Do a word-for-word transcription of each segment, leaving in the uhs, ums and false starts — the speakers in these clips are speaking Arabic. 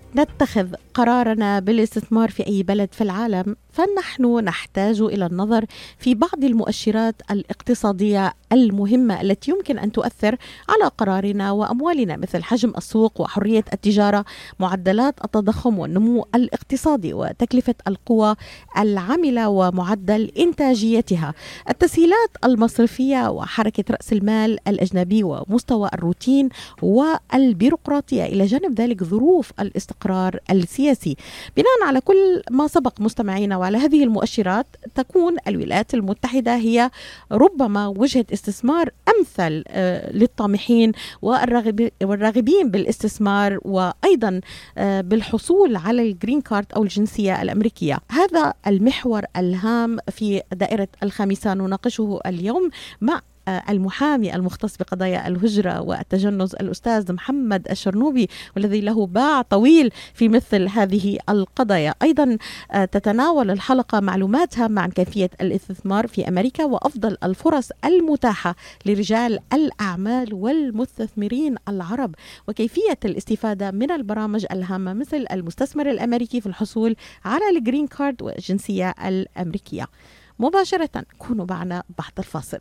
نتخذ قرارنا بالاستثمار في أي بلد في العالم، فنحن نحتاج إلى النظر في بعض المؤشرات الاقتصادية المهمة التي يمكن أن تؤثر على قرارنا وأموالنا، مثل حجم السوق وحرية التجارة، معدلات التضخم والنمو الاقتصادي، وتكلفة القوى العاملة ومعدل إنتاجيتها، التسهيلات المصرفية وحركة رأس المال الأجنبي ومستوى الروتين والبيروقراطية، إلى جانب ذلك ظروف الاستقرار السياسي. بناء على كل ما سبق مستمعينا وعلى هذه المؤشرات، تكون الولايات المتحدة هي ربما وجهة استثمار أمثل للطامحين والراغبين بالاستثمار، وأيضا بالحصول على الجرين كارد أو الجنسية الأمريكية. هذا المحور الهام في دائرة الخامسة نناقشه اليوم مع المحامي المختص بقضايا الهجرة والتجنس الأستاذ محمد الشرنوبي، والذي له باع طويل في مثل هذه القضايا. أيضا تتناول الحلقة معلومات هامة عن كيفية الاستثمار في أمريكا وأفضل الفرص المتاحة لرجال الأعمال والمستثمرين العرب، وكيفية الاستفادة من البرامج الهامة مثل المستثمر الأمريكي في الحصول على الجرين كارد والجنسية الأمريكية. مباشرة كونوا معنا بعد الفاصل.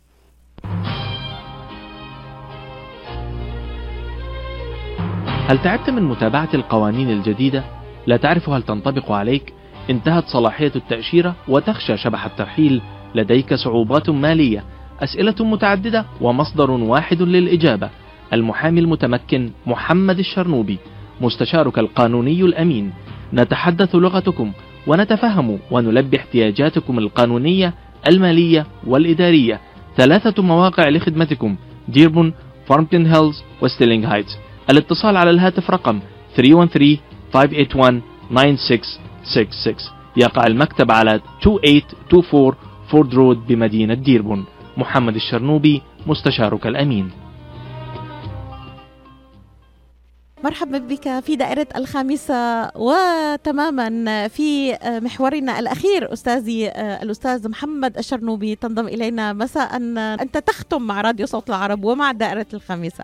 هل تعبت من متابعة القوانين الجديدة؟ لا تعرف هل تنطبق عليك؟ انتهت صلاحية التأشيرة وتخشى شبح الترحيل؟ لديك صعوبات مالية؟ أسئلة متعددة ومصدر واحد للإجابة. المحامي المتمكن محمد الشرنوبي، مستشارك القانوني الأمين. نتحدث لغتكم ونتفهم ونلبي احتياجاتكم القانونية المالية والإدارية. ثلاثة مواقع لخدمتكم: ديربون، فارمتون هيلز، وستيلينغ هايتس. الاتصال على الهاتف رقم ثلاثة واحد ثلاثة خمسة ثمانية واحد تسعة ستة ستة. يقع المكتب على اثنين ثمانية اثنين أربعة فورد رود بمدينة ديربون. محمد الشرنوبي، مستشارك الأمين. مرحبا بك في دائرة الخامسة، وتماما في محورنا الأخير أستاذي الأستاذ محمد الشرنوبي تنضم إلينا مساء. أنت تختم مع راديو صوت العرب ومع دائرة الخامسة.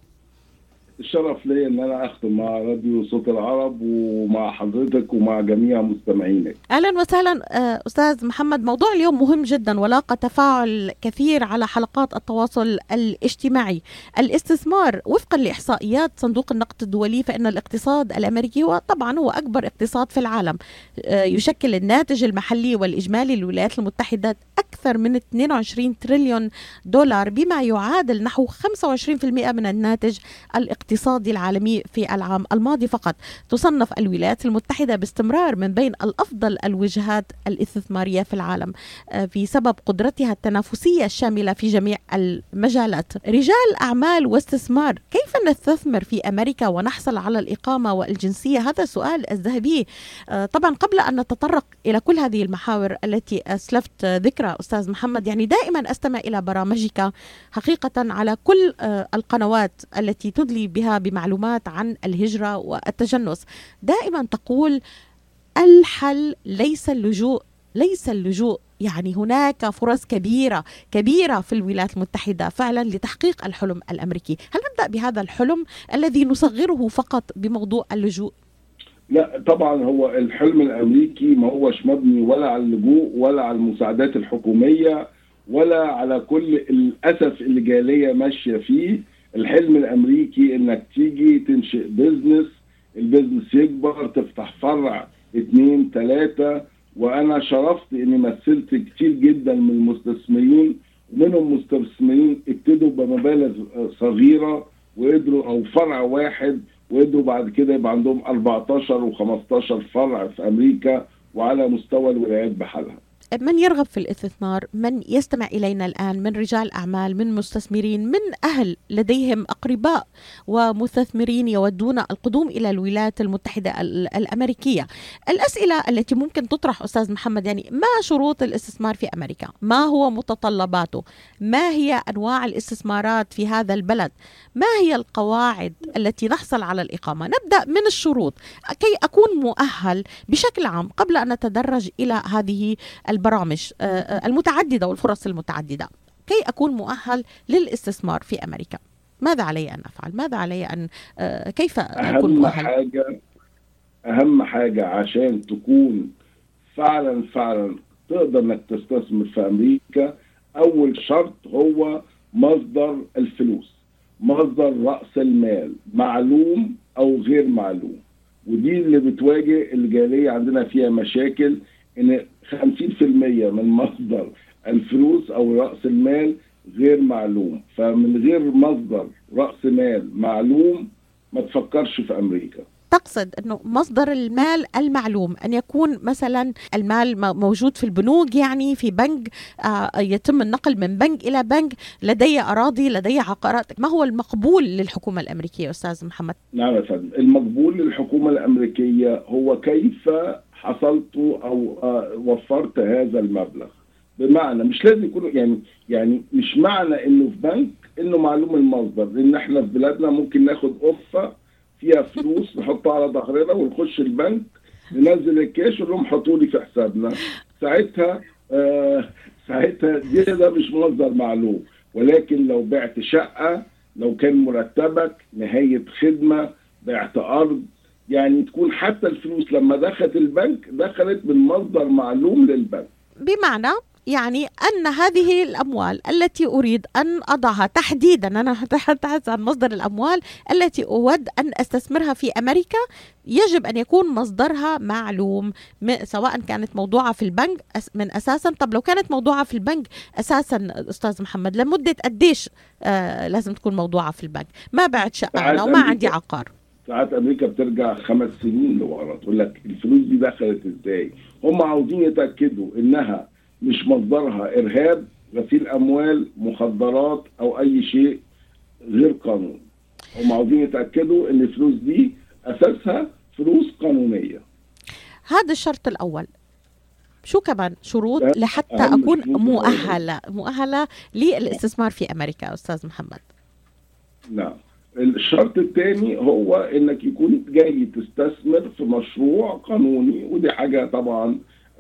الشرف لي ان انا اختم مع راديو صوت العرب ومع حضرتك ومع جميع مستمعينك. اهلا وسهلا استاذ محمد. موضوع اليوم مهم جدا ولاقى تفاعل كثير على حلقات التواصل الاجتماعي. الاستثمار وفقا لاحصائيات صندوق النقد الدولي، فان الاقتصاد الامريكي هو طبعا هو اكبر اقتصاد في العالم، يشكل الناتج المحلي والاجمالي للولايات المتحدة اكثر من اثنين وعشرين تريليون دولار، بما يعادل نحو خمسة وعشرين بالمئة من الناتج الاقتصادي العالمي في العام الماضي فقط. تصنف الولايات المتحدة باستمرار من بين الأفضل الوجهات الاستثمارية في العالم بسبب قدرتها التنافسية الشاملة في جميع المجالات. رجال أعمال واستثمار، كيف نستثمر في أمريكا ونحصل على الإقامة والجنسية؟ هذا سؤال الذهبي. طبعا قبل أن نتطرق إلى كل هذه المحاور التي أسلفت ذكرى أستاذ محمد، يعني دائما أستمع إلى برامجك حقيقة على كل القنوات التي تدلي بها بمعلومات عن الهجرة والتجنس. دائما تقول الحل ليس اللجوء، ليس اللجوء، يعني هناك فرص كبيرة كبيرة في الولايات المتحدة فعلا لتحقيق الحلم الأمريكي. هل نبدأ بهذا الحلم الذي نصغره فقط بموضوع اللجوء؟ لا طبعا، هو الحلم الأمريكي ما هوش مبني ولا على اللجوء ولا على المساعدات الحكومية ولا على كل الأسف اللي جالية ماشية فيه. الحلم الامريكي انك تيجي تنشئ بيزنس، البيزنس يكبر، تفتح فرع اتنين تلاتة. وانا شرفت اني مثلت كتير جدا من المستثمرين، ومنهم مستثمرين ابتدوا بمبالغ صغيرة وقدروا، او فرع واحد، وقدروا بعد كده يبقى عندهم أربعتاشر وخمستاشر فرع في امريكا وعلى مستوى الولايات بحالها. من يرغب في الاستثمار، من يستمع إلينا الآن من رجال أعمال، من مستثمرين، من أهل لديهم أقرباء ومستثمرين يودون القدوم إلى الولايات المتحدة الأمريكية، الأسئلة التي ممكن تطرح أستاذ محمد، يعني ما شروط الاستثمار في أمريكا؟ ما هو متطلباته؟ ما هي أنواع الاستثمارات في هذا البلد؟ ما هي القواعد التي نحصل على الإقامة؟ نبدأ من الشروط كي أكون مؤهل بشكل عام قبل أن نتدرج إلى هذه البرامج المتعددة والفرص المتعددة. كي أكون مؤهل للاستثمار في أمريكا، ماذا علي أن أفعل؟ ماذا علي أن كيف أكون أهم مؤهل؟ حاجة اهم حاجه عشان تكون فعلا فعلا تقدر انك تستثمر في امريكا، اول شرط هو مصدر الفلوس، مصدر راس المال معلوم او غير معلوم. ودي اللي بتواجه الجاليه عندنا فيها مشاكل، ان خمسين في المية من مصدر الفلوس او راس المال غير معلوم. فمن غير مصدر راس مال معلوم ما تفكرش في امريكا. تقصد أنه مصدر المال المعلوم أن يكون مثلا المال موجود في البنوك، يعني في بنك يتم النقل من بنك إلى بنك، لدي أراضي، لدي عقارات. ما هو المقبول للحكومة الأمريكية أستاذ محمد؟ نعم يا فندم، المقبول للحكومة الأمريكية هو كيف حصلت أو وفرت هذا المبلغ. بمعنى مش لازم يكون يعني يعني مش معنى إنه في بنك إنه معلوم المصدر، لأن إحنا في بلادنا ممكن ناخد قفة فيها فلوس نحطها على ظهرنا ونخش البنك ننزل الكاش ونقول لهم حطوا لي في حسابنا. ساعتها آه ساعتها دي ده مش مصدر معلوم. ولكن لو بعت شقة، لو كان مرتبك، نهاية خدمة، بعت أرض، يعني تكون حتى الفلوس لما دخلت البنك دخلت من مصدر معلوم للبنك. بمعنى يعني أن هذه الأموال التي أريد أن أضعها تحديدا، أنا أتحدث عن مصدر الأموال التي أود أن أستثمرها في أمريكا، يجب أن يكون مصدرها معلوم، سواء كانت موضوعة في البنك من أساسا. طب لو كانت موضوعة في البنك أساسا أستاذ محمد، لمدة قديش آه لازم تكون موضوعة في البنك؟ ما بعد شقة أنا وما عندي عقار. ساعات أمريكا بترجع خمس سنين لورا تقول لك الفلوس دي دخلت إزاي. هم عاوزين يتأكدوا إنها مش مصدرها إرهاب، غسيل أموال، مخدرات أو أي شيء غير قانوني. هم عاوزين يتأكدوا إن الفلوس دي أساسها فلوس قانونية. هذا الشرط الأول. شو كمان شروط لحتى أكون مؤهلة مؤهلة للاستثمار في أمريكا أستاذ محمد؟ نعم، الشرط الثاني هو إنك يكون جاي تستثمر في مشروع قانوني، ودي حاجة طبعا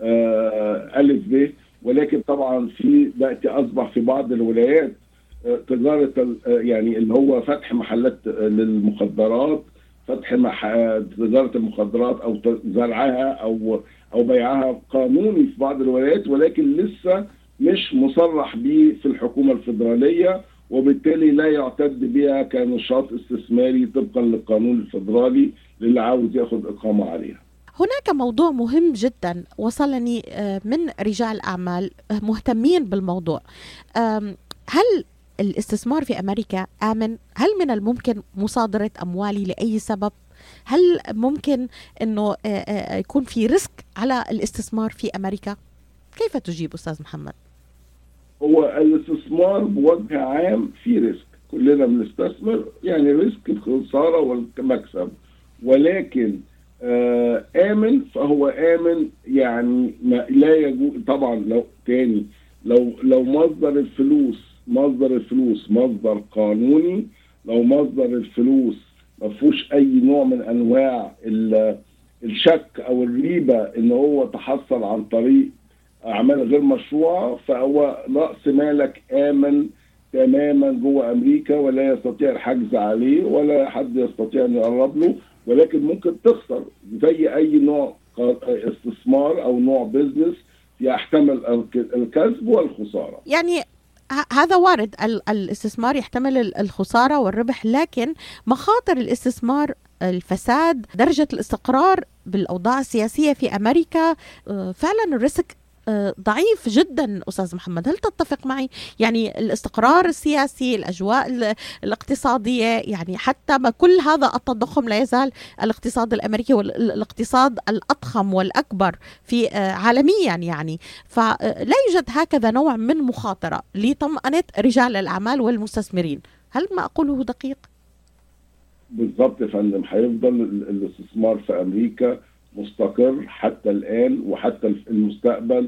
آه ألف ب. ولكن طبعا في دلوقتي أصبح في بعض الولايات آه تجارة آه يعني اللي هو فتح محلات آه للمخدرات، فتح مح... تجارة المخدرات أو زرعها أو أو بيعها قانوني في بعض الولايات، ولكن لسه مش مصرح به في الحكومة الفيدرالية، وبالتالي لا يعتد بها كنشاط استثماري طبقا للقانون الفيدرالي للي عاوز ياخد إقامة عليها. هناك موضوع مهم جدا وصلني من رجال أعمال مهتمين بالموضوع. هل الاستثمار في أمريكا آمن؟ هل من الممكن مصادرة أموالي لأي سبب؟ هل ممكن أنه يكون في ريسك على الاستثمار في أمريكا؟ كيف تجيب أستاذ محمد؟ هو الاستثمار بوجه عام في ريسك، كلنا بنستثمر، يعني ريسك الخسارة والمكسب. ولكن آه آمن، فهو آمن يعني لا يجوز طبعا. لو تاني لو لو مصدر الفلوس مصدر الفلوس مصدر قانوني، لو مصدر الفلوس ما فيهوش أي نوع من أنواع الشك أو الريبة إن هو تحصل عن طريق أعمال غير مشروعة، فهو رأس مالك آمن تماما جوه أمريكا، ولا يستطيع الحجز عليه ولا حد يستطيع أن يقرب له. ولكن ممكن تخسر زي أي نوع استثمار أو نوع بيزنس يحتمل الكسب والخسارة. يعني هذا وارد، الاستثمار يحتمل الخسارة والربح، لكن مخاطر الاستثمار الفساد، درجة الاستقرار بالأوضاع السياسية في أمريكا، فعلا الريسك ضعيف جدا. أستاذ محمد، هل تتفق معي؟ يعني الاستقرار السياسي، الأجواء الاقتصادية، يعني حتى ما كل هذا التضخم لا يزال الاقتصاد الأمريكي والاقتصاد الأضخم والأكبر في عالميا، يعني فلا يوجد هكذا نوع من مخاطرة لطمأنة رجال الأعمال والمستثمرين. هل ما أقوله دقيق؟ بالضبط يا فندم، هيفضل الاستثمار في أمريكا مستقر حتى الآن وحتى المستقبل.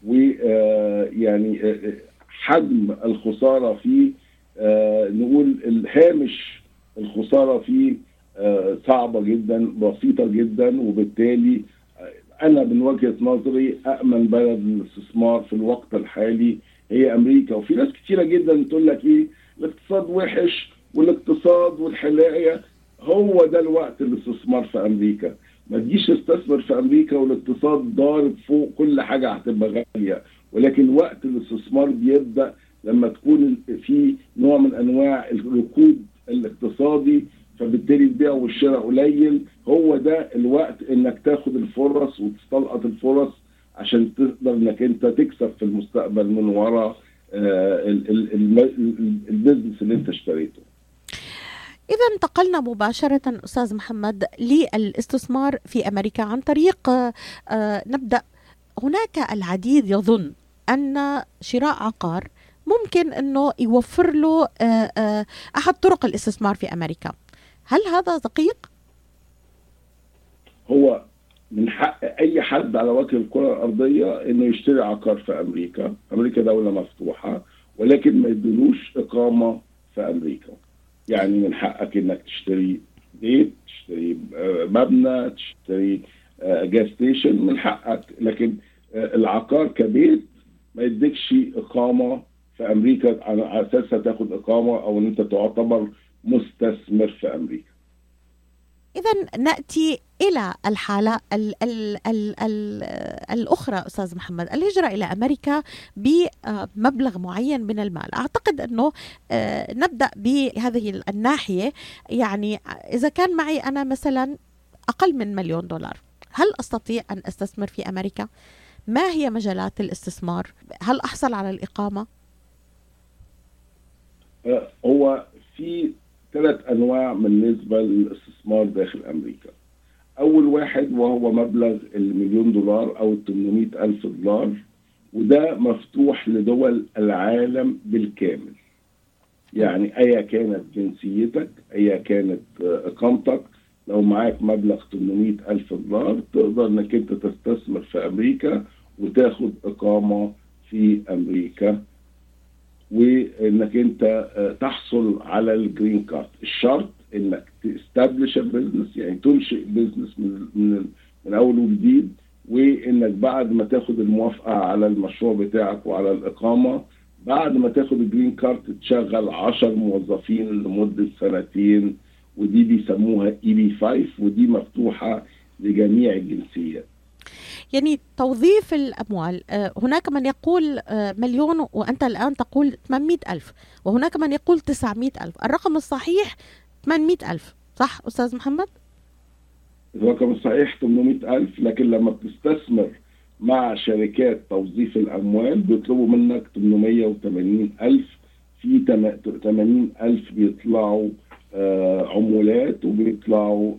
ويعني حجم الخسارة فيه، نقول الهامش الخسارة فيه صعبة جدا، بسيطة جدا. وبالتالي أنا من وجهة نظري أأمن بلد للاستثمار في الوقت الحالي هي أمريكا. وفي ناس كتيرة جدا تقول لك إيه الاقتصاد وحش والاقتصاد والحلاقة، هو ده الوقت الاستثمار في أمريكا. ما تجيش تستثمر في امريكا والاقتصاد ضارب فوق، كل حاجه هتبقى غاليه. ولكن وقت الاستثمار بيبدا لما تكون في نوع من انواع الركود الاقتصادي، فبالتالي البيع والشراء قليل. هو ده الوقت انك تاخد الفرص وتستلقط الفرص عشان تقدر انك انت تكسب في المستقبل من وراء البيزنس اللي انت اشتريته. إذا انتقلنا مباشرة أستاذ محمد للاستثمار في أمريكا عن طريق نبدأ. هناك العديد يظن أن شراء عقار ممكن أنه يوفر له أحد طرق الاستثمار في أمريكا، هل هذا دقيق؟ هو من حق أي حد على وجه الكرة الأرضية أنه يشتري عقار في أمريكا. أمريكا دولة مفتوحة، ولكن ما يدلوش إقامة في أمريكا. يعني من حقك أنك تشتري بيت، تشتري مبنى، تشتري جاز ستيشن، من حقك. لكن العقار كبيت ما يديكش إقامة في أمريكا على أساسها تاخد إقامة أو أن أنت تعتبر مستثمر في أمريكا. إذا نأتي إلى الحالة ال ال ال ال الأخرى أستاذ محمد، الهجرة إلى أمريكا بمبلغ معين من المال. أعتقد أنه نبدأ بهذه الناحية. يعني إذا كان معي أنا مثلا أقل من مليون دولار، هل أستطيع أن أستثمر في أمريكا؟ ما هي مجالات الاستثمار؟ هل أحصل على الإقامة؟ هو في ثلاث أنواع بالنسبة للاستثمار داخل أمريكا. أول واحد وهو مبلغ المليون دولار أو ثمانمائة ألف دولار، وده مفتوح لدول العالم بالكامل. يعني أيا كانت جنسيتك، أيا كانت إقامتك، لو معاك مبلغ ثمانمائة ألف دولار تقدر أنك أنت تستثمر في أمريكا وتاخد إقامة في أمريكا، وانك انت تحصل على الجرين كارد. الشرط انك تستابلش بزنس، يعني تنشئ بزنس من من من اول وجديد، وانك بعد ما تاخد الموافقه على المشروع بتاعك وعلى الاقامه، بعد ما تاخد الجرين كارد تشغل عشر موظفين لمده سنتين، ودي بيسموها اي بي خمسة، ودي مفتوحه لجميع الجنسيات. يعني توظيف الأموال، هناك من يقول مليون وأنت الآن تقول ثمانمائة ألف، وهناك من يقول تسعمائة ألف. الرقم الصحيح ثمانمائة ألف، صح أستاذ محمد؟ الرقم الصحيح ثمانمائة ألف، لكن لما بتستثمر مع شركات توظيف الأموال بيطلبوا منك ثمانمائة وثمانين ألف. في ثمانين ألف بيطلعوا عمولات وبيطلعوا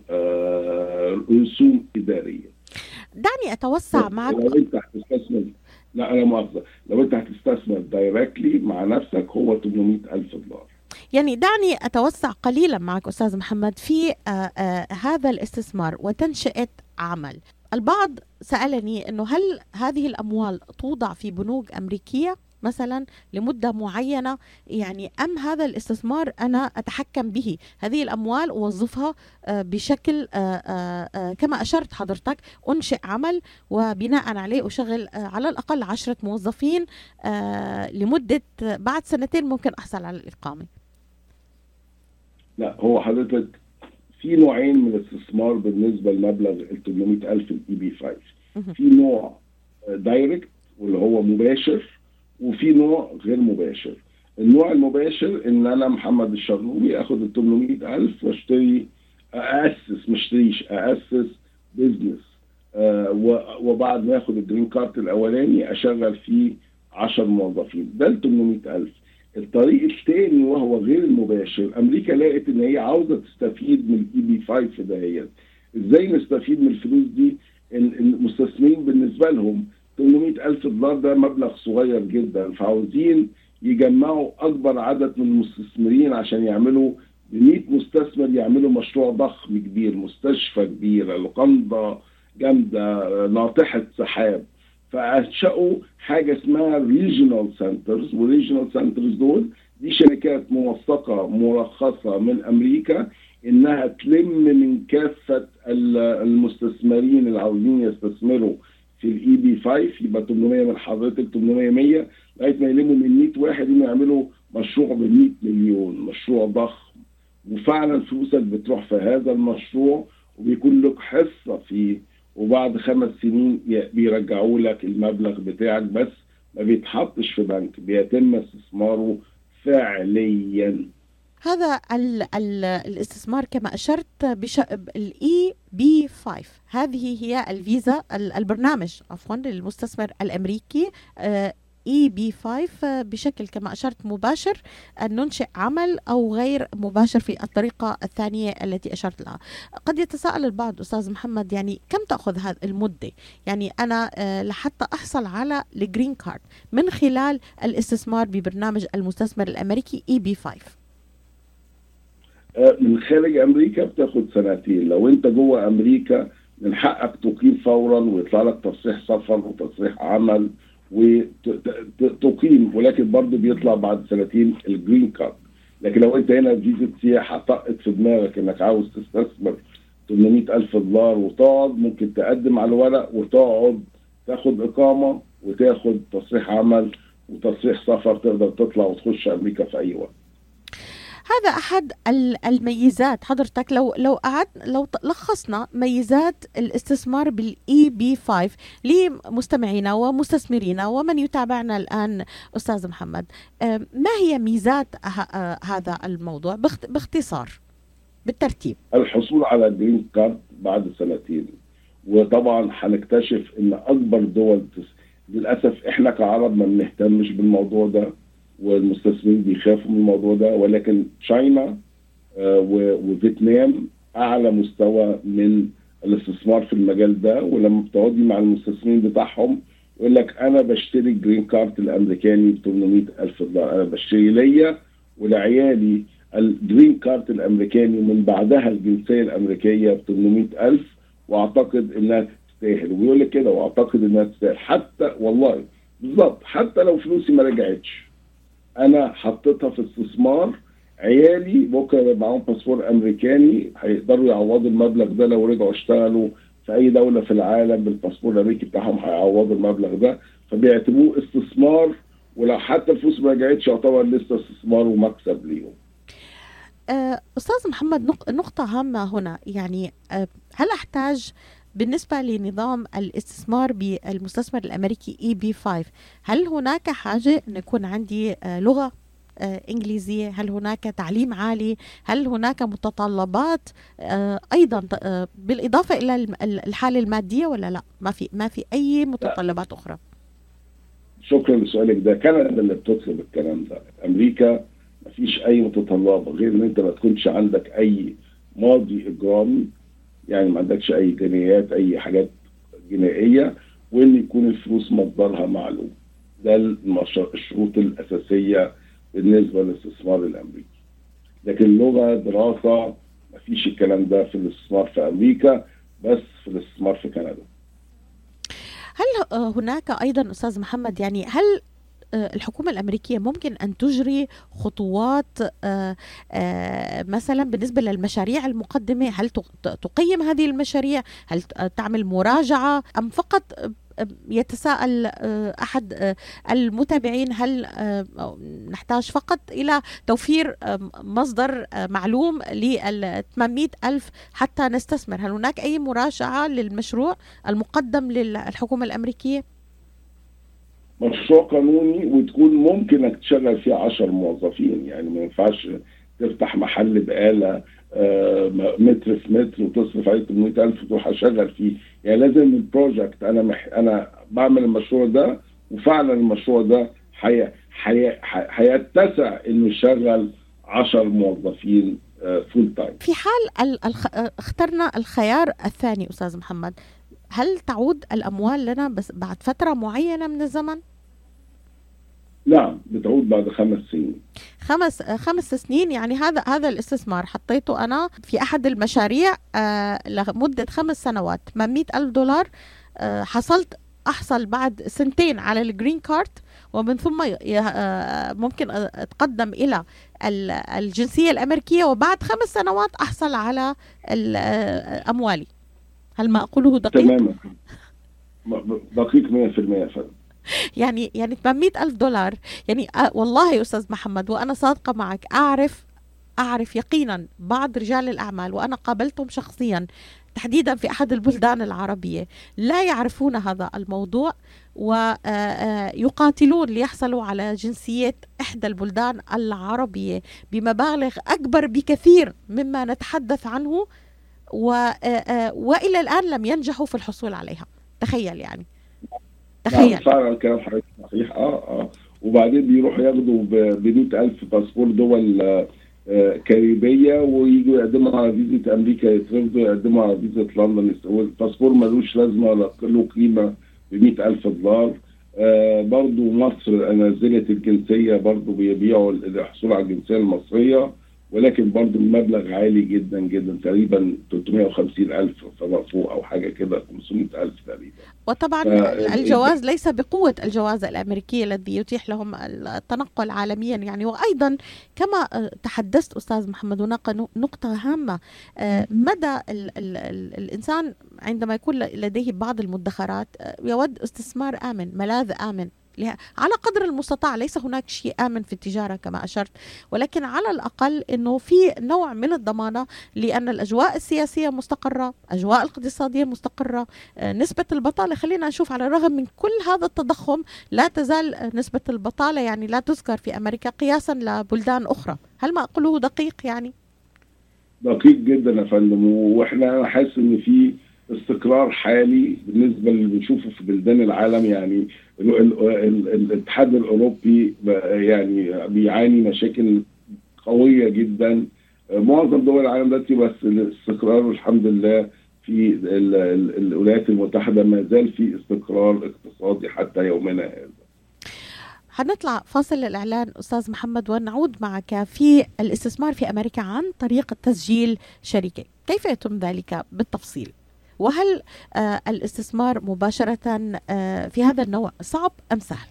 رسوم إدارية. دعني أتوسع معك. لو أنت هتستثمر، لا أنا مؤاخذة، لو أنت هتستثمر دايركتلي مع نفسك هو ثمانمائة ألف دولار. يعني دعني أتوسع قليلا معك أستاذ محمد في آآ آآ هذا الاستثمار وتنشئة عمل. البعض سألني أنه هل هذه الأموال توضع في بنوك أمريكية مثلا لمدة معينة، يعني أم هذا الاستثمار أنا أتحكم به، هذه الأموال أوظفها بشكل كما أشرت حضرتك، أنشئ عمل وبناء عليه أشغل على الأقل عشرة موظفين لمدة بعد سنتين ممكن أحصل على الإقامة؟ لا، هو حضرتك في نوعين من الاستثمار بالنسبة لمبلغ ال ثمانمائة ألف الاي بي خمسة. في نوع دايركت واللي هو مباشر، وفي نوع غير مباشر. النوع المباشر ان انا محمد الشرنوبي اخد ال ثمانمائة ألف واشتري، اسس مشتريش اسس بيزنس، آه وبعد ما اخد الجرين كارت الاولاني اشغل فيه عشر موظفين. ده ال ثمانمائة ألف. الطريق الثاني وهو غير المباشر، امريكا لقت ان هي عاوزه تستفيد من الاي بي خمسة دهيت. ازاي نستفيد من الفلوس دي؟ المستثمرين بالنسبه لهم ثمانمائة ألف دولار ده مبلغ صغير جدا، فعاوزين يجمعوا أكبر عدد من المستثمرين عشان يعملوا ب مائة مستثمر، يعملوا مشروع ضخم كبير، مستشفى كبيرة، لقندة جامدة، ناطحة سحاب. فأنشأوا حاجة اسمها ريجيونال سنترز، والريجيونال سنترز دول دي شركات موثقة مرخصة من أمريكا إنها تلم من كافة المستثمرين اللي عاوزين يستثمروا في الاي بي خمسة. يبقى ثمانمائة من حضرتك، ثمانمائة مية لغايه ما يلموا من مائة واحد يعملوا مشروع ب مائة مليون، مشروع ضخم، وفعلا فلوسك بتروح في هذا المشروع وبيكون لك حصة فيه، وبعد خمس سنين ي- بيرجعوا لك المبلغ بتاعك، بس ما بيتحطش في بنك، بيتم استثماره فعليا. هذا ال ال الاستثمار كما أشرت بش الإي بي خمسة، هذه هي الفيزا ال- البرنامج عفوا للمستثمر الأمريكي إي بي خمسة بشكل كما أشرت مباشر، أن ننشئ عمل أو غير مباشر في الطريقة الثانية التي أشرت لها. قد يتساءل البعض أستاذ محمد، يعني كم تأخذ هذه المدة؟ يعني أنا آه، لحتى أحصل على الجرين كارد من خلال الاستثمار ببرنامج المستثمر الأمريكي إي بي خمسة. آه، من خارج امريكا بتاخد سنتين. لو انت جوه امريكا من حقك تقيم فورا، ويطلع لك تصريح سفر وتصريح عمل وتقيم، ولكن برضه بيطلع بعد سنتين الجرين كارد. لكن لو انت هنا فيزا سياحه طقت في دماغك انك عاوز تستثمر ثمانمائة ألف دولار وتقعد، ممكن تقدم على الورق وتقعد تاخد اقامه وتاخد تصريح عمل وتصريح سفر، تقدر تطلع وتخش امريكا في اي وقت. هذا أحد ال- الميزات. حضرتك لو لو قعد لو ط- لخصنا ميزات الاستثمار بالإي بي خمسة لمستمعينا ومستثمرينا ومن يتابعنا الآن أستاذ محمد، آم، ما هي ميزات ه- آه، هذا الموضوع باخت- باختصار بالترتيب؟ الحصول على جرين كارد بعد سنتين، وطبعا هنكتشف ان اكبر دول تس... للاسف احنا كعرب ما بنهتمش بالموضوع ده، والمستثمرين بيخافوا من الموضوع ده، ولكن تشاينا آه، و- وفيتنام اعلى مستوى من الاستثمار في المجال ده. ولما بتقعدي مع المستثمرين بتاعهم يقول لك انا بشتري الجرين كارد الامريكاني ب ثمانمائة ألف دولار، انا بشتري ليا ولعيالي الجرين كارد الامريكاني ومن بعدها الجنسيه الامريكيه ب ثمانمائة ألف، واعتقد انها تستاهل. وبيقول لك كده، واعتقد انها تستاهل حتى والله بالظبط، حتى لو فلوسي ما رجعتش انا حطيتها في استثمار. عيالي بكره يبقى معاهم باسبور امريكاني هيقدروا يعوضوا المبلغ ده، لو رجعوا اشتغلوا في اي دوله في العالم بالباسبور الامريكي بتاعهم هيعوضوا المبلغ ده، فبيعتبروه استثمار. ولو حتى الفلوس ما رجعتش يعتبر لسه استثمار ومكسب ليهم. آه، أستاذ محمد، نق- نقطة هامة هنا، يعني آه، هل أحتاج بالنسبة لنظام الاستثمار بالمستثمر الأمريكي إي بي خمسة، هل هناك حاجة أن يكون عندي آه، لغة آه، إنجليزية؟ هل هناك تعليم عالي؟ هل هناك متطلبات آه، أيضا آه، بالإضافة إلى الم- الحالة المادية، ولا لا ما في ما في أي متطلبات أخرى؟ شكرا لسؤالك ده. كندا اللي بتطلب الكلام ده، امريكا مفيش اي متطلبات غير ان انت ما تكونش عندك اي ماضي اجرامي، يعني ما عندكش اي جنايات اي حاجات جنائيه، وان يكون الفلوس مصدرها معلوم. ده المش- الشروط الاساسيه بالنسبه للاستثمار الامريكي. لكن لغه، دراسه، مفيش الكلام ده في الاستثمار في امريكا، بس في الاستثمار في كندا. هل آه، هناك أيضا أستاذ محمد، يعني هل آه، الحكومة الأمريكية ممكن أن تجري خطوات آه، آه، مثلا بالنسبة للمشاريع المقدمة؟ هل تق- تقيم هذه المشاريع؟ هل ت- آه، تعمل مراجعة، أم فقط آه، آه، يتساءل آه، أحد آه، المتابعين، هل آه، أو نحتاج فقط إلى توفير آه، مصدر آه، معلوم لل ثمانمائة ألف حتى نستثمر؟ هل هناك أي مراجعة للمشروع المقدم للحكومة الأمريكية؟ مشروع قانوني، وتكون ممكن انك تشغل فيه عشر موظفين. يعني ما ينفعش تفتح محل بقالة آه، متر في متر وتصرف عليه ثمانمائة ألف وتروح اشغل فيه. يعني لازم البروجكت، انا مح... انا بعمل المشروع ده وفعلا المشروع ده حي... حي... حي... هيتسع انه يشغل عشر موظفين فول تايم. في حال ال- الخ... اخترنا الخيار الثاني أستاذ محمد، هل تعود الأموال لنا بس بعد فترة معينة من الزمن؟ نعم، بتعود بعد خمس سنين. خمس خمس سنين، يعني هذا هذا الاستثمار حطيته أنا في أحد المشاريع آه لمدة خمس سنوات ثمانمائة ألف دولار، آه حصلت أحصل بعد سنتين على الجرين كارد، ومن ثم ي- ي- آه ممكن أتقدم إلى ال- الجنسية الأمريكية، وبعد خمس سنوات أحصل على ال- آه، أموالي. هل ما أقوله دقيق؟ تماما م- دقيق مئة في المئة فعلا. يعني يعني ثمانمائة ألف دولار، يعني آه والله يا أستاذ محمد وأنا صادقة معك، أعرف أعرف يقينا بعض رجال الأعمال وأنا قابلتهم شخصيا، تحديدا في أحد البلدان العربية لا يعرفون هذا الموضوع ويقاتلون ليحصلوا على جنسية إحدى البلدان العربية بمبالغ أكبر بكثير مما نتحدث عنه، وإلى الآن لم ينجحوا في الحصول عليها. تخيل يعني تخيل فعلا كلام حضرتك صحيح. اه اه وبعدين بيروحوا ياخدوا ب مئة ألف باسبور دول آه كاريبية ويجوا يقدموا على فيزا أمريكا يترفضوا، يقدموا على فيزا لندن والباسبور ملوش لازمة ولا له قيمة ب مئة ألف دولار. آه برضو مصر نزلت الجنسية، برضو بيبيعوا الحصول على الجنسية المصرية، ولكن برضو المبلغ عالي جدا جدا، تقريبا ثلاثمائة وخمسين ألف فما فوق أو حاجة كده، خمسمائة ألف تقريبا. وطبعا الجواز ليس بقوة الجواز الأمريكي الذي يتيح لهم التنقل عالميا يعني. وأيضا كما تحدثت أستاذ محمد هناك نقطة هامة، مدى ال ال ال الإنسان عندما يكون لديه بعض المدخرات يود استثمار آمن، ملاذ آمن على قدر المستطاع. ليس هناك شيء آمن في التجارة كما أشرت، ولكن على الأقل أنه في نوع من الضمانة، لأن الأجواء السياسية مستقرة، أجواء الاقتصادية مستقرة، نسبة البطالة خلينا نشوف على الرغم من كل هذا التضخم لا تزال نسبة البطالة يعني لا تذكر في أمريكا قياسا لبلدان أخرى. هل ما أقوله دقيق يعني؟ دقيق جدا يا فندم، وإحنا حاسس إن في استقرار حالي بالنسبة اللي بنشوفه في بلدان العالم. يعني الاتحاد الأوروبي يعني بيعاني مشاكل قوية جدا، معظم دول العالم دلوقتي، بس الاستقرار الحمد لله في الولايات المتحدة ما زال في استقرار اقتصادي حتى يومنا هذا. هنطلع فاصل للإعلان أستاذ محمد ونعود معك في الاستثمار في أمريكا عن طريق تسجيل شركة. كيف يتم ذلك بالتفصيل؟ وهل آه الاستثمار مباشرة آه في هذا النوع صعب أم سهل؟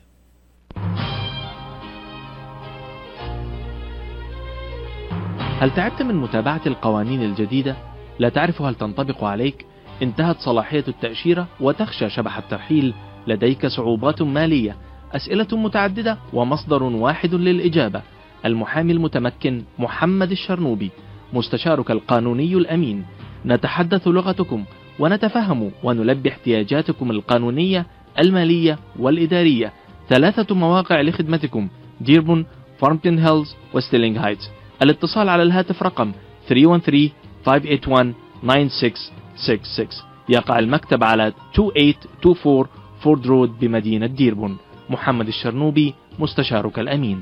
هل تعبت من متابعة القوانين الجديدة؟ لا تعرف هل تنطبق عليك؟ انتهت صلاحية التأشيرة وتخشى شبح الترحيل؟ لديك صعوبات مالية؟ أسئلة متعددة ومصدر واحد للإجابة. المحامي المتمكن محمد الشرنوبي، مستشارك القانوني الأمين. نتحدث لغتكم ونتفهم ونلبي احتياجاتكم القانونية المالية والإدارية. ثلاثة مواقع لخدمتكم: ديربون، فارمتون هيلز وستيلينغ هايتس. الاتصال على الهاتف رقم ثلاثة واحد ثلاثة خمسة ثمانية واحد تسعة ستة ستة. يقع المكتب على اثنين ثمانية اثنين أربعة فورد رود بمدينة ديربون. محمد الشرنوبي، مستشارك الأمين.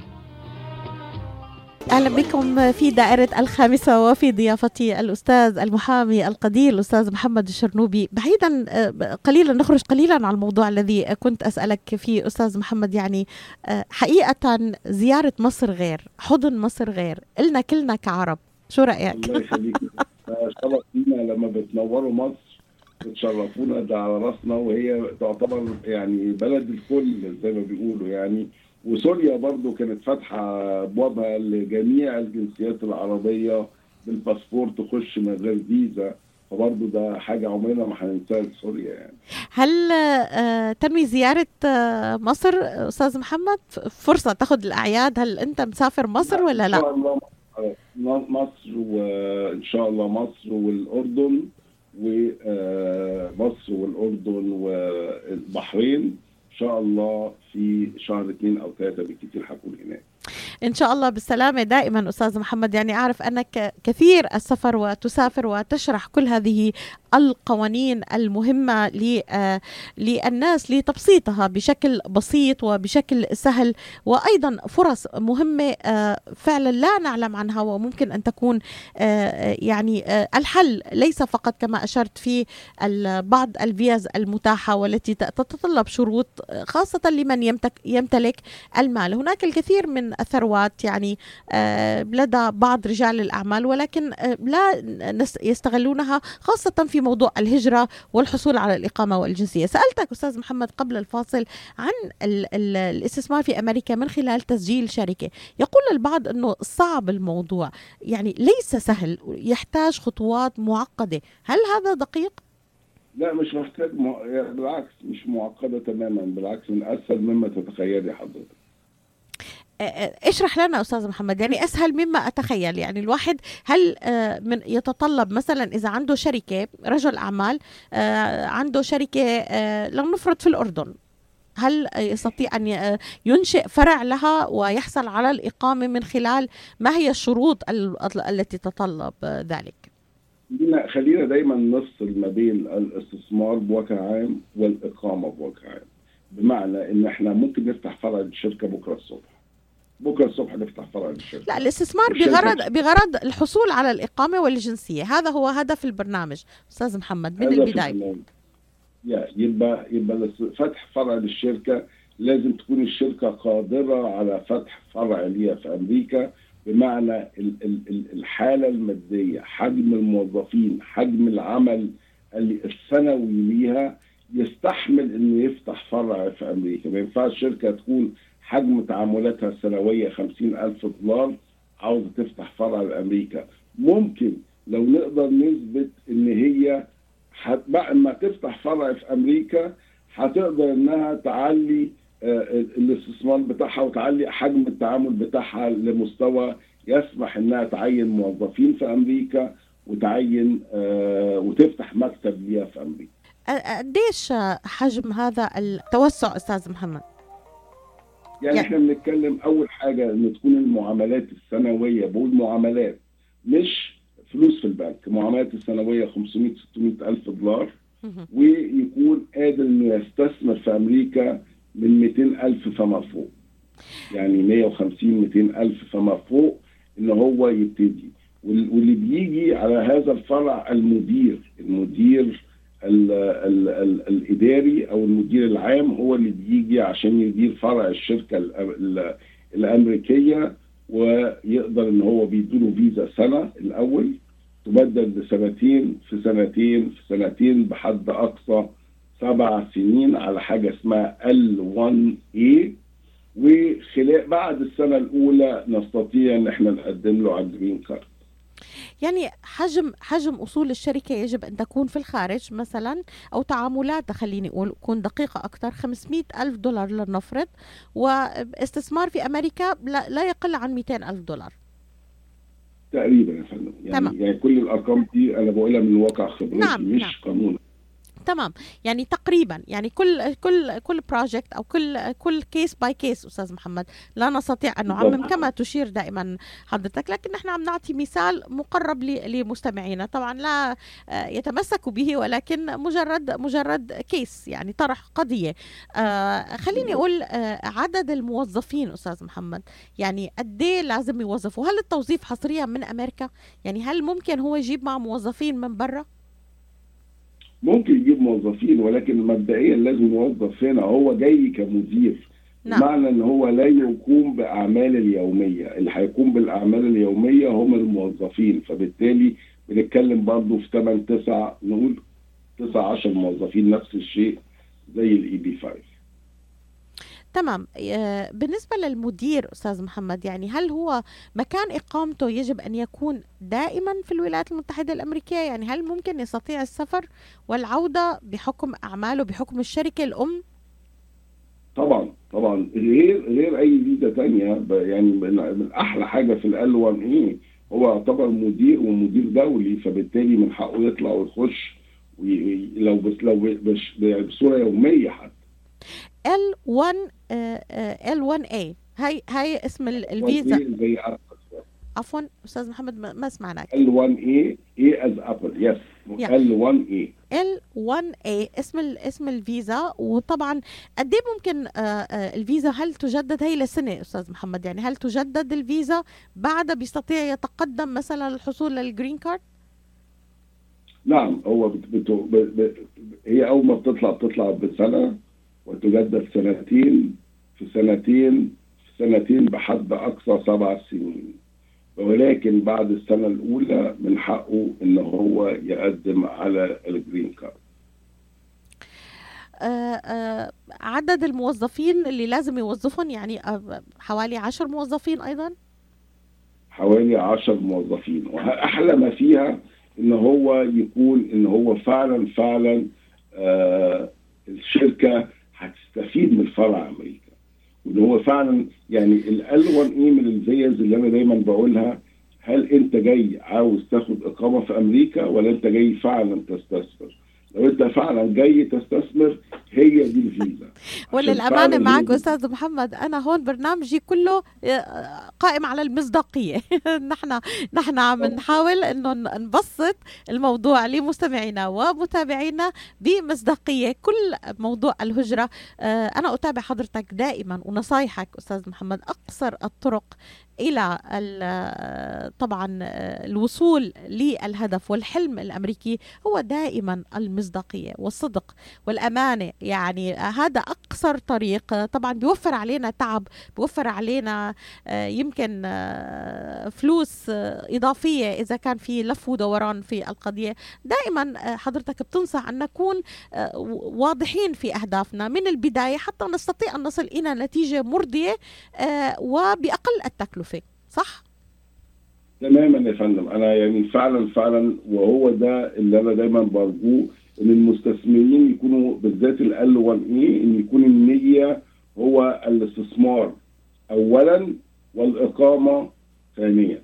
أهلا بكم في دائرة الخامسة، وفي ضيافتي الأستاذ المحامي القدير الأستاذ محمد الشرنوبي. بعيدا قليلا نخرج قليلا عن الموضوع الذي كنت أسألك فيه أستاذ محمد. يعني حقيقة زيارة مصر غير، حضن مصر غير، إلنا كلنا كعرب. شو رأيك؟ الله يخليك. شرف لينا لما بتنوروا مصر بتشرفونا، ده على راسنا، وهي تعتبر يعني بلد الكل زي ما بيقولوا يعني. وسوريا برضو كانت فاتحة أبوابها لجميع الجنسيات العربية بالباسبور تخش من غير فيزا، فبرضو ده حاجة عمرنا ما هننساها سوريا يعني. هل تنوي زيارة مصر أستاذ محمد؟ فرصة تاخد الأعياد، هل أنت مسافر مصر ولا لا؟ إن شاء الله مصر، وإن شاء الله مصر والأردن، ومصر والأردن والبحرين إن شاء الله في شهر اثنين أو ثلاثة بالكثير حكون هناك إن شاء الله بالسلامة دائما أستاذ محمد. يعني أعرف أنك كثير السفر وتسافر وتشرح كل هذه القوانين المهمة للناس لتبسيطها بشكل بسيط وبشكل سهل، وأيضا فرص مهمة فعلا لا نعلم عنها وممكن أن تكون يعني الحل ليس فقط كما أشرت في بعض الفيز المتاحة والتي تتطلب شروط خاصة لمن يمتلك المال. هناك الكثير من الثروات يعني لدى بعض رجال الأعمال، ولكن لا يستغلونها خاصة في موضوع الهجرة والحصول على الإقامة والجنسية. سألتك أستاذ محمد قبل الفاصل عن ال ال الاستثمار في أمريكا من خلال تسجيل شركة. يقول البعض أنه صعب الموضوع، يعني ليس سهل، يحتاج خطوات معقدة. هل هذا دقيق؟ لا مش محتاج م... بالعكس مش معقدة تماما، بالعكس من أسهل مما تتخيلي حضرتك. اشرح لنا أستاذ محمد، يعني أسهل مما أتخيل. يعني الواحد هل من يتطلب مثلا إذا عنده شركة رجل أعمال عنده شركة لنفرض في الأردن، هل يستطيع أن ينشئ فرع لها ويحصل على الإقامة من خلال ما هي الشروط التي تتطلب ذلك؟ خلينا دايما نفصل ما بين الاستثمار بوجه عام والإقامة بوجه عام. بمعنى إن إحنا ممكن نفتح فرع الشركة بكرة الصبح، بكرة الصبح نفتح فرع الشركة. لا، الاستثمار بغرض بغرض الحصول على الإقامة والجنسية، هذا هو هدف البرنامج أستاذ محمد من البداية. يبقى يبقى فتح فرع للشركة لازم تكون الشركة قادرة على فتح فرع ليها في أمريكا، بمعنى الحالة المادية، حجم الموظفين، حجم العمل السنوي ليها يستحمل إنه يفتح فرع في أمريكا. ما ينفعش شركة تكون حجم تعاملاتها السنوية خمسين ألف دولار عاوزة تفتح فرع لأمريكا. ممكن لو نقدر نثبت إن هي بعد ما تفتح فرع في أمريكا هتقدر إنها تعلي الاستثمار بتاعها وتعلي حجم التعامل بتاعها لمستوى يسمح إنها تعين موظفين في أمريكا وتعين وتفتح مكتب ليها في أمريكا. قديش حجم هذا التوسع أستاذ محمد؟ يعني احنا بنتكلم أول حاجة إن تكون المعاملات السنوية، بقول معاملات مش فلوس في البنك، معاملات السنوية خمسمائة ستمائة ألف دولار، ويكون قادر إنه يستثمر في أمريكا من مئتين ألف فما فوق، يعني مئة وخمسين مئتين ألف فما فوق إن هو يبتدي. واللي بيجي على هذا الفرع المدير المدير ال ال ال الإداري أو المدير العام هو اللي بيجي عشان يدير فرع الشركة ال ال الأمريكية، ويقدر إن هو بيديله فيزا سنة الأول تبدل لسنتين في سنتين في سنتين بحد أقصى سبع سنين على حاجة اسمها إل وان إيه، وخلال بعد السنة الأولى نستطيع إن احنا نقدم له على الجرين كارد. يعني حجم حجم أصول الشركة يجب أن تكون في الخارج مثلا، أو تعاملات خليني أقول تكون دقيقة أكثر، خمسمائة ألف دولار لنفرض، واستثمار في أمريكا لا, لا يقل عن مئتين ألف دولار تقريبا يا فندم. يعني, تمام. يعني كل الأرقام دي أنا بقولها من واقع خبرتي، نعم. مش نعم. قانون. تمام، يعني تقريبا يعني كل كل كل بروجكت او كل كل كيس باي كيس استاذ محمد، لا نستطيع ان نعمم كما تشير دائما حضرتك، لكن نحن عم نعطي مثال مقرب لمستمعينا، طبعا لا يتمسكوا به، ولكن مجرد مجرد كيس، يعني طرح قضيه. آه خليني اقول آه عدد الموظفين استاذ محمد، يعني قد ايه لازم يوظفوا؟ هل التوظيف حصريا من امريكا؟ يعني هل ممكن هو يجيب مع موظفين من برا؟ ممكن يجيب موظفين، ولكن مبدئيا لازم يوظف هنا، هو جاي كمدير. نعم. بمعنى ان هو لا يقوم باعمال اليوميه، اللي هيقوم بالاعمال اليوميه هم الموظفين، فبالتالي بنتكلم برضه في ثمانية تسعة نقول تسعة عشر موظفين، نفس الشيء زي الاي بي خمسة. تمام. بالنسبة للمدير أستاذ محمد، يعني هل هو مكان إقامته يجب أن يكون دائما في الولايات المتحدة الأمريكية؟ يعني هل ممكن يستطيع السفر والعودة بحكم أعماله بحكم الشركة الأم؟ طبعا طبعا، غير غير أي فيزا تانية. يعني من أحلى حاجة في ال وان إيه هو يعتبر مدير ومدير دولي، فبالتالي من حقه يطلع ويخش لو بس لو بصورة يومية حتى. إل وان إل وان إيه هاي هاي اسم الفيزا. عفوا استاذ محمد ما سمعناك. إل وان إيه إيه از ابل، يس. إل وان إيه إل وان إيه اسم اسم الفيزا. وطبعا قد ايه ممكن الفيزا هل تجدد؟ هي لسنه استاذ محمد، يعني هل تجدد الفيزا بعد بيستطيع يتقدم مثلا للحصول للجرين كارد؟ نعم، هو بت بت بت هي اول ما بتطلع بتطلع بسنه وتجدد سنتين في سنتين في سنتين بحد أقصى سبع سنين، ولكن بعد السنة الأولى من حقه إن هو يقدم على الجرين كارد. آه آه عدد الموظفين اللي لازم يوظفون يعني حوالي عشر موظفين أيضا؟ حوالي عشر موظفين، وأحلى ما فيها إن هو يكون إن هو فعلا فعلا آه الشركة هتستفيد من فرع أمريكا، وان هو فعلا يعني ال واحد اي من الفيز اللي انا دايما بقولها، هل انت جاي عاوز تاخد اقامه في امريكا ولا انت جاي فعلا تستثمر؟ لو انت فعلا جاي تستثمر هي دي الفيزا. وللامانه معك استاذ محمد، انا هون برنامجي كله قائم على المصداقيه. نحن نحن عم نحاول انه نبسط الموضوع لمستمعينا ومتابعينا بمصداقيه. كل موضوع الهجره انا اتابع حضرتك دائما، ونصايحك استاذ محمد اقصر الطرق إلى طبعا الوصول للهدف والحلم الأمريكي هو دائما المصداقية والصدق والأمانة. يعني هذا أقصر طريق، طبعا بيوفر علينا تعب، بيوفر علينا يمكن فلوس إضافية إذا كان في لف ودوران في القضية. دائما حضرتك بتنصح أن نكون واضحين في أهدافنا من البداية حتى نستطيع أن نصل إلى نتيجة مرضية وبأقل التكلفة، صح؟ تماما يا فندم. انا يعني فعلا فعلا وهو ده اللي انا دايما برجوه، ان المستثمرين يكونوا بالذات ال واحد اي ان يكون النية هو الاستثمار اولا والاقامة ثانيا.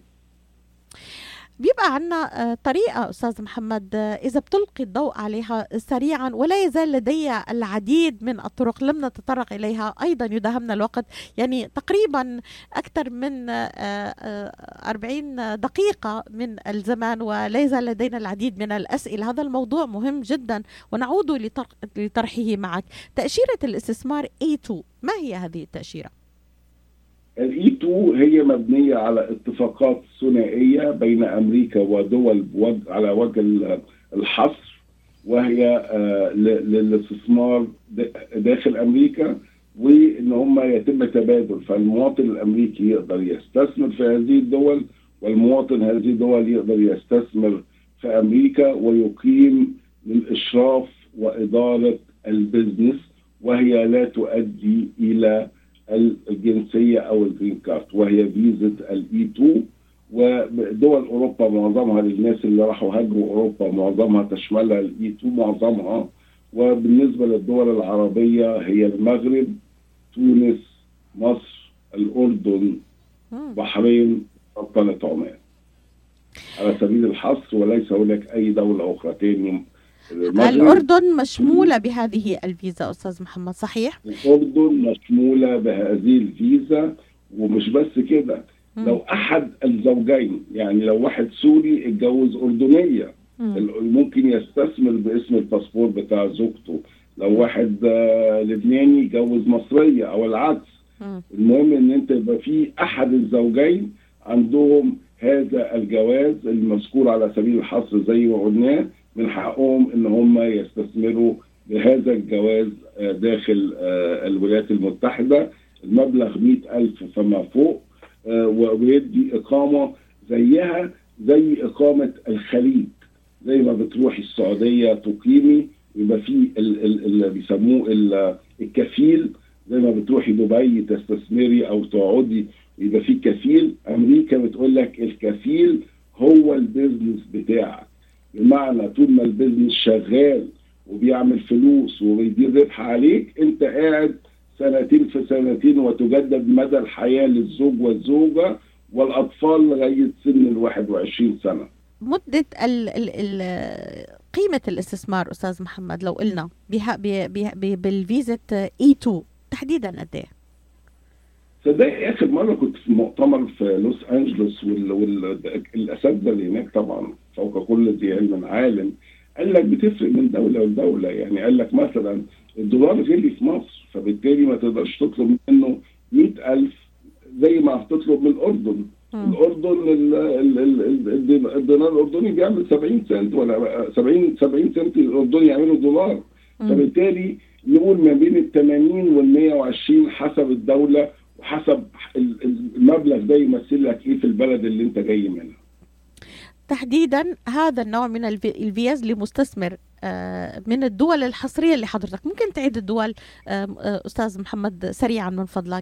بيبقى عنا طريقة أستاذ محمد إذا بتلقي الضوء عليها سريعا، ولا يزال لدي العديد من الطرق لم نتطرق إليها، أيضا يداهمنا الوقت، يعني تقريبا أكثر من أربعين دقيقة من الزمان ولا يزال لدينا العديد من الأسئلة. هذا الموضوع مهم جدا ونعود لطرحه معك. تأشيرة الاستثمار إيه تو، ما هي هذه التأشيرة؟ الاي تو هي مبنيه على اتفاقات ثنائيه بين امريكا ودول على وجه الحصر، وهي للاستثمار داخل امريكا، وان هم يتم تبادل، فالمواطن الامريكي يقدر يستثمر في هذه الدول، والمواطن هذه الدول يقدر يستثمر في امريكا ويقيم للاشراف واداره البزنس، وهي لا تؤدي الى الجنسية أو الجرين كارد، وهي فيزا الاي تو. ودول أوروبا معظمها للناس اللي راحوا هاجروا أوروبا معظمها تشملها الاي تو معظمها. وبالنسبة للدول العربية هي المغرب، تونس، مصر، الأردن، بحرين، سلطنة عمان على سبيل الحصر، وليس هناك أي دولة أخرى تاني. الأردن مشمولة بهذه الفيزا أستاذ محمد، صحيح؟ الأردن مشمولة بهذه الفيزا، ومش بس كده، لو أحد الزوجين، يعني لو واحد سوري اتجوز أردنية مم. ممكن يستثمر باسم الباسبور بتاع زوجته، لو واحد لبناني يتجوز مصرية أو العكس. مم. المهم إن أنت يبقى في أحد الزوجين عندهم هذا الجواز المذكور على سبيل الحصر زي ما قلناه، من حقهم ان هم يستثمروا بهذا الجواز داخل الولايات المتحدة. المبلغ مئة ألف فما فوق، ويدي إقامة زيها زي إقامة الخليج، زي ما بتروحي السعودية تقيمي يبقى في اللي بيسموه الكفيل، زي ما بتروحي دبي تستثمري أو تقعدي يبقى في كفيل. أمريكا بتقول لك الكفيل هو البيزنس بتاعك، بمعنى طول ما البيزنس شغال وبيعمل فلوس وبيدير ربح عليك، انت قاعد سنتين في سنتين وتجدد مدى الحياة للزوج والزوجة والأطفال لغاية سن الواحد وعشرين سنة. مدة ال ال ال قيمة الاستثمار أستاذ محمد لو قلنا بها بالفيزا إي تو تحديدا قد ايه؟ صدقني آخر مرة كنت في مؤتمر في لوس أنجلوس والأساتذة اللي هناك طبعا فوق كل ذي علم عالم، قال لك بتفرق من دولة لدولة. يعني قال لك مثلا الدولار غلي في مصر، فبالتالي ما تقدرش تطلب منه مئة ألف زي ما هتطلب من الأردن. م. الأردن الدينار الأردني بيعمل سبعين سنت ولا سبعين سبعين سنت الأردني يعملوا دولار. م. فبالتالي نقول ما بين الثمانين والمئة وعشرين حسب الدولة وحسب المبلغ ده يمثل لك ايه في البلد اللي انت جاي منها. تحديدا هذا النوع من الفيز لمستثمر من الدول الحصرية اللي حضرتك ممكن تعيد الدول أستاذ محمد سريعا من فضلك؟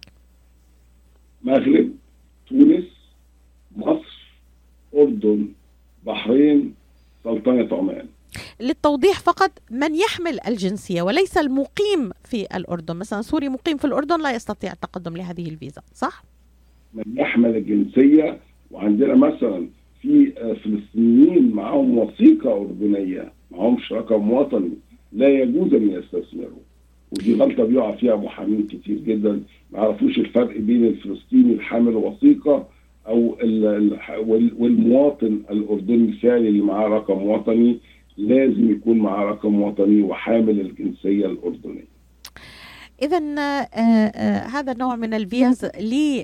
مغرب، تونس، مصر، أردن، بحرين، سلطنة عمان. للتوضيح فقط، من يحمل الجنسية وليس المقيم في الأردن. مثلا سوري مقيم في الأردن لا يستطيع التقدم لهذه الفيزا، صح؟ من يحمل الجنسية، وعندنا مثلا في فلسطينيين معهم وثيقة أردنية معهمش رقم وطني لا يجوز أن يستثمروا، ودي غلطة بيقع فيها محامين كتير جدا، ما يعرفوش الفرق بين الفلسطيني الحامل وثيقة أو والمواطن الأردني الفعلي اللي معاه رقم وطني. لازم يكون معاه رقم وطني وحامل الجنسية الأردنية. إذا هذا النوع من الفيز ل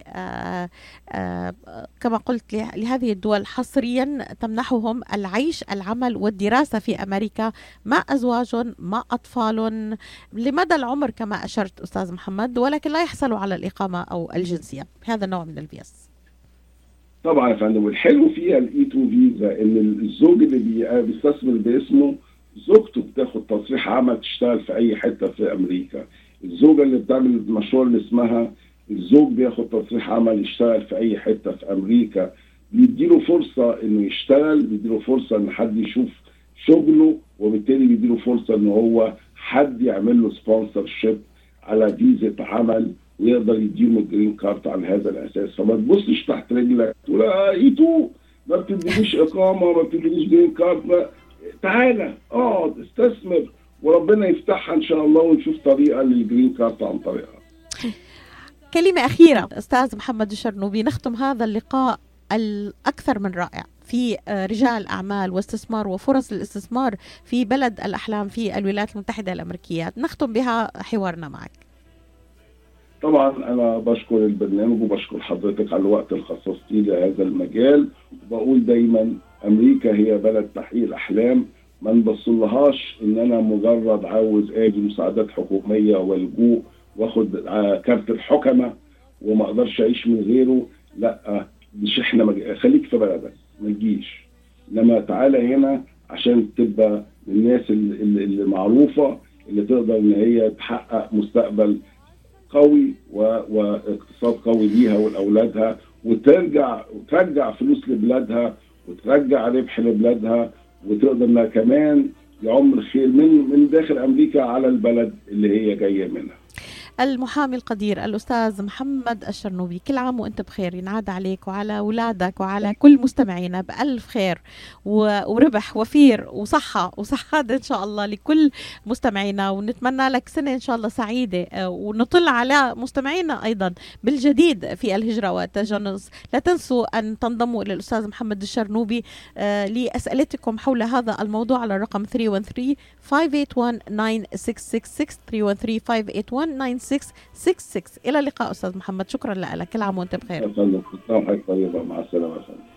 كما قلت لهذه الدول حصريا تمنحهم العيش، العمل والدراسة في أمريكا مع أزواج مع أطفال لمدى العمر كما أشرت أستاذ محمد، ولكن لا يحصلوا على الإقامة أو الجنسية. هذا النوع من الفيز. طبعا يا فندم، والحلو فيها الاي تو فيزا ان الزوج اللي بيستثمر باسمه زوجته بتاخد تصريح عمل تشتغل في اي حته في امريكا. الزوجه اللي بتعمل المشروع اللي اسمها الزوج بياخد تصريح عمل يشتغل في اي حته في امريكا، بيديله فرصه انه يشتغل، بيديله فرصه ان حد يشوف شغله، وبالتالي بيديله فرصه ان هو حد يعمل له سبونسر شيب على فيزا عمل ويقدر يديهم الجرين كارت على هذا الاساس. فما تبصش تحت رجلك تقول اه ايتو ما بتدينيش اقامه، ما بتدينيش جرين كارت. تعالى اقعد استثمر وربنا يفتحها ان شاء الله ونشوف طريقه للجرين كارت عن طريقها. كلمه اخيره استاذ محمد الشرنوبي، نختم هذا اللقاء الاكثر من رائع في رجال اعمال واستثمار وفرص الاستثمار في بلد الاحلام في الولايات المتحده الامريكيه، نختم بها حوارنا معك. طبعا انا بشكر البرنامج وبشكر حضرتك على الوقت اللي خصصتيه لهذا المجال، وبقول دايما امريكا هي بلد تحقيق الاحلام، ما نبصلهاش ان انا مجرد عاوز اجي مساعدات حكوميه والجوء واخد كارت الحكمه وما اقدرش اعيش من غيره. لا، مش احنا مج... خليك في بلدك ما تجيش، انما تعالى هنا عشان تبقى من الناس اللي, اللي معروفه اللي تقدر ان هي تحقق مستقبل قوي واقتصاد قوي ليها ولاولادها، وترجع وترجع فلوس لبلادها وترجع ربح لبلادها، وتقدر انها كمان يعم الخير من من داخل امريكا على البلد اللي هي جايه منها. المحامي القدير الأستاذ محمد الشرنوبي، كل عام وأنت بخير، ينعاد عليك وعلى أولادك وعلى كل مستمعينا بألف خير وربح وفير وصحة وسعادة إن شاء الله لكل مستمعينا، ونتمنى لك سنة إن شاء الله سعيدة، ونطل على مستمعينا أيضا بالجديد في الهجرة والتجنس. لا تنسوا أن تنضموا إلى الأستاذ محمد الشرنوبي لأسئلتكم حول هذا الموضوع على الرقم ثلاثة واحد ثلاثة خمسة ثمانية واحد تسعة ستة ستة ستة ثلاثة واحد ثلاثة خمسة ثمانية واحد تسعة ستة ستة ستة. إلى اللقاء أستاذ محمد، شكرا لك، كل عام وأنت بخير. مع السلامة.